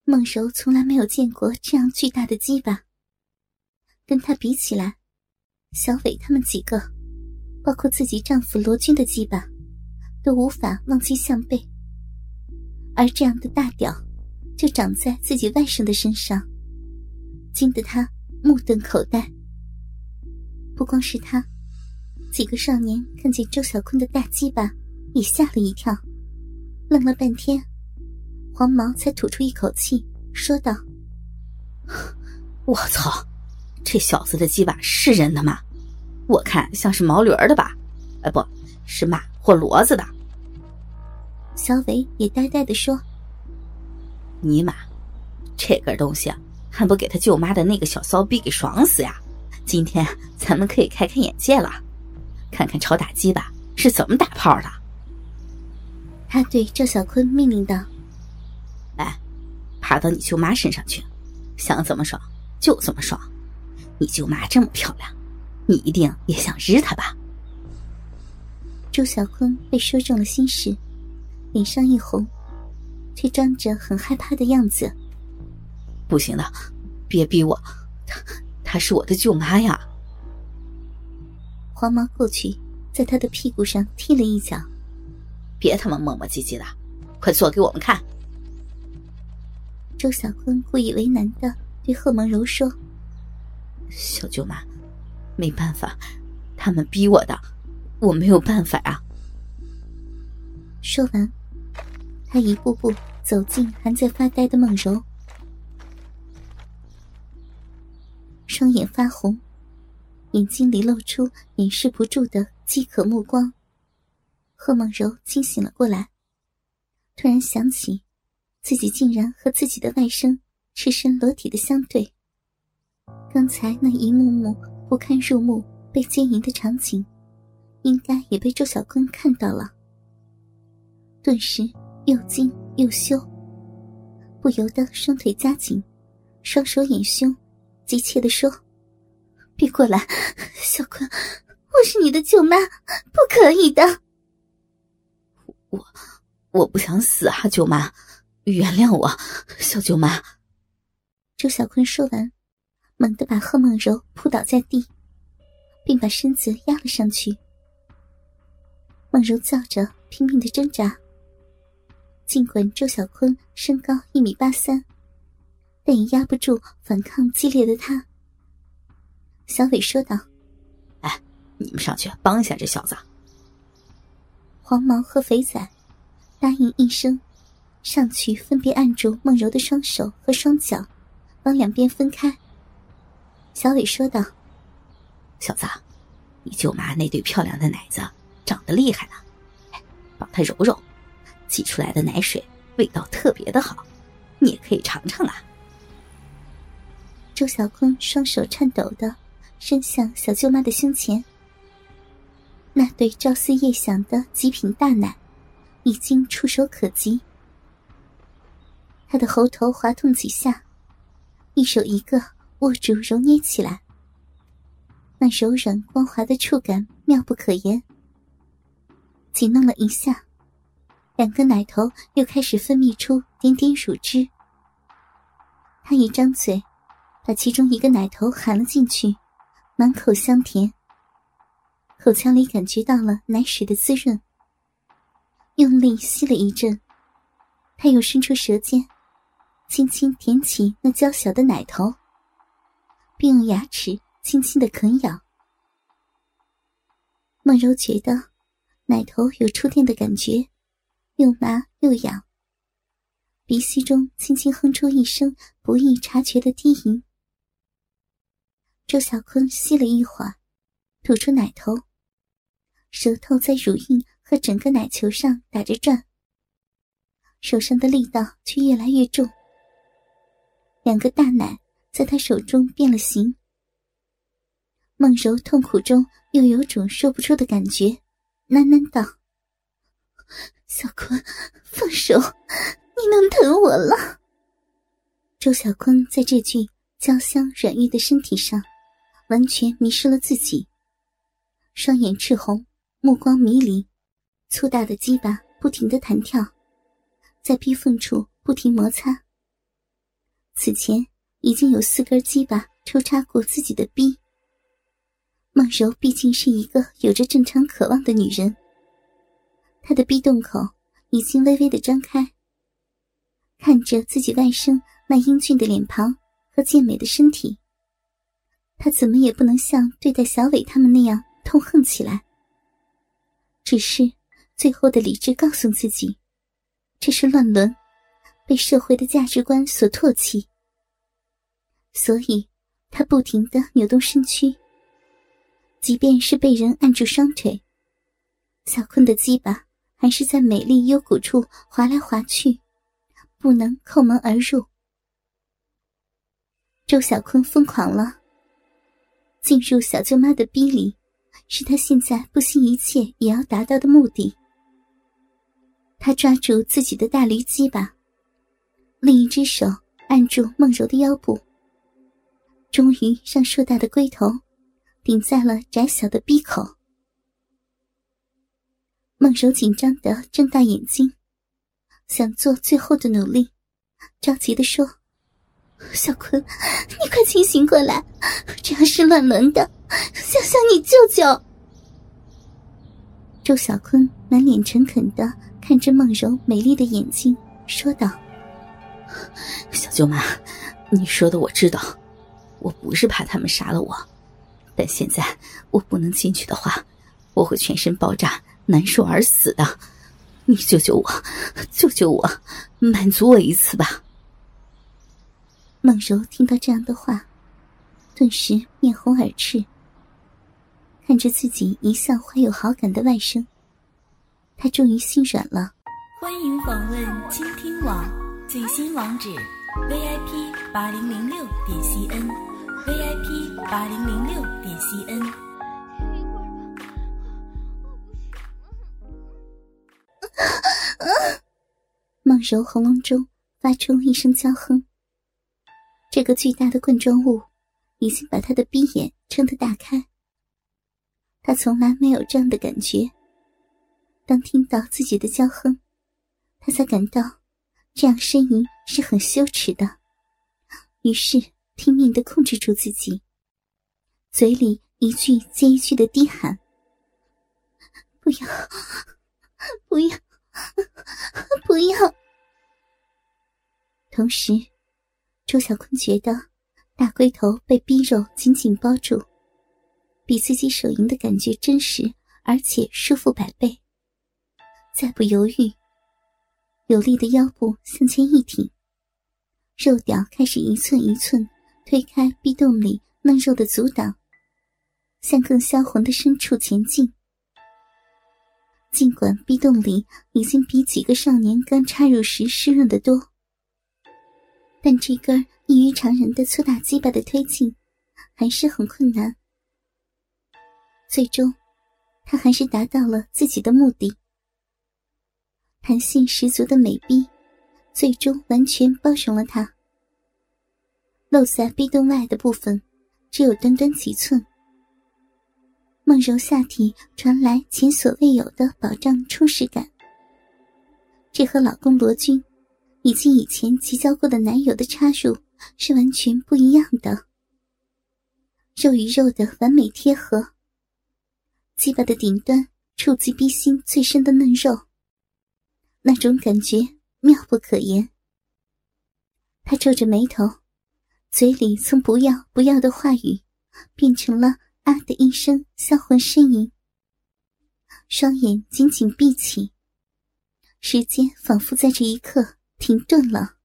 孟柔从来没有见过这样巨大的鸡巴，跟他比起来，小伟他们几个，包括自己丈夫罗军的鸡巴，都无法望其项背。而这样的大屌，就长在自己外甥的身上，惊得他目瞪口呆。不光是他，几个少年看见周小坤的大鸡巴，也吓了一跳，愣了半天，黄毛才吐出一口气，说道： 我操，这小子的鸡巴是人的吗？我看像是毛驴的吧，不是马或骡子的。 小伟也呆呆地说： 尼玛，这根东西还不给他舅妈的那个小骚逼给爽死呀！今天咱们可以开开眼界了，看看超大鸡巴是怎么打炮的。 他对赵小坤命令道： 来，爬到你舅妈身上去，想怎么爽就怎么爽。你舅妈这么漂亮，你一定也想日她吧？ 周小坤被说中了心事，脸上一红，却装着很害怕的样子。 不行的，别逼我，她是我的舅妈呀。 黄毛过去在他的屁股上踢了一脚。 别他妈磨磨唧唧的，快做给我们看。 周小坤故意为难地对贺梦柔说： 小舅妈，没办法，他们逼我的，我没有办法啊。 说完，他一步步走近还在发呆的梦柔，双眼发红，眼睛里露出掩饰不住的饥渴目光。贺梦柔惊醒了过来，突然想起自己竟然和自己的外甥赤身裸体的相对，刚才那一幕幕不堪入目被奸淫的场景，应该也被周小坤看到了。顿时又惊又羞，不由得双腿夹紧，双手掩胸，急切地说：别过来，小坤，我是你的舅妈，不可以的。 我不想死啊，舅妈，原谅我，小舅妈。 周小坤说完，猛地把贺梦柔扑倒在地，并把身子压了上去。梦柔叫着拼命地挣扎，尽管周小坤身高1.83米，但也压不住反抗激烈的他。小伟说道： 哎，你们上去帮一下这小子。 黄毛和肥仔答应一声，上去分别按住梦柔的双手和双脚，往两边分开。小伟说道： 小子，你舅妈那对漂亮的奶子长得厉害了，帮她揉揉，挤出来的奶水味道特别的好，你也可以尝尝啊。 周小坤双手颤抖地伸向小舅妈的胸前，那对朝思夜想的极品大奶已经触手可及。他的喉头滑动几下，一手一个握住揉捏起来，那柔软光滑的触感妙不可言。紧弄了一下，两个奶头又开始分泌出点点乳汁。他一张嘴把其中一个奶头含了进去，满口香甜，口腔里感觉到了奶水的滋润，用力吸了一阵，他又伸出舌尖轻轻舔起那娇小的奶头，并用牙齿轻轻地啃咬。梦柔觉得奶头有触电的感觉，又麻又痒，鼻息中轻轻哼出一声不易察觉的低吟。周小坤吸了一会儿，吐出奶头，舌头在乳晕和整个奶球上打着转，手上的力道却越来越重，两个大奶在他手中变了形。梦柔痛苦中又有种说不出的感觉，喃喃道：小坤，放手，你能疼我了。周小坤在这具娇香软玉的身体上完全迷失了自己，双眼赤红，目光迷离，粗大的鸡巴不停地弹跳，在逼缝处不停摩擦。 此前已经有4根鸡巴抽插过自己的逼。梦柔毕竟是一个有着正常渴望的女人，她的逼洞口已经微微的张开，看着自己外甥那英俊的脸庞和健美的身体，她怎么也不能像对待小伟他们那样痛恨起来。只是最后的理智告诉自己，这是乱伦，被社会的价值观所唾弃。所以她不停地扭动身躯，即便是被人按住双腿，小坤的鸡巴还是在美丽幽谷处滑来滑去，不能叩门而入。周小坤疯狂了，进入小舅妈的逼里，是他现在不惜一切也要达到的目的。他抓住自己的大驴鸡巴，另一只手按住梦柔的腰部，终于让硕大的龟头顶在了窄小的逼口。梦柔紧张地睁大眼睛，想做最后的努力，着急地说：小坤，你快清醒过来，这样是乱伦的，想想你舅舅。周小坤满脸诚恳地看着梦柔美丽的眼睛，说道： 小舅妈，你说的我知道，我不是怕他们杀了我，但现在我不能进去的话，我会全身爆炸，难受而死的。你救救我，救救我，满足我一次吧。 梦柔听到这样的话，顿时面红耳赤，看着自己一向怀有好感的外甥，她终于心软了。 欢迎访问倾听网，最新网址 VIP8006.cn VIP8006.cn。 梦柔喉咙中发出一声娇哼，这个巨大的棍状物已经把她的逼眼撑得大开。她从来没有这样的感觉，当听到自己的娇哼，她才感到这样呻吟是很羞耻的，于是拼命地控制住自己，嘴里一句接一句地低喊：不要，不要，不要。同时周小坤觉得大龟头被逼肉紧紧包住，比自己手淫的感觉真实而且舒服100倍。再不犹豫，有力的腰部向前一挺，肉屌开始一寸一寸推开逼洞里嫩肉的阻挡，向更销魂的深处前进。尽管逼洞里已经比几个少年刚插入时湿润得多，但这根异于常人的粗大鸡巴的推进还是很困难。最终他还是达到了自己的目的。弹性十足的美逼最终完全包容了他，露在逼洞外的部分只有短短几寸。梦柔下体传来前所未有的饱胀充实感，这和老公罗军以及以前结交过的男友的插入是完全不一样的。肉与肉的完美贴合，鸡巴的顶端触及逼心最深的嫩肉，那种感觉妙不可言。他皱着眉头，嘴里从不要不要的话语变成了啊的一声销魂呻吟，双眼紧紧闭起，时间仿佛在这一刻停顿了。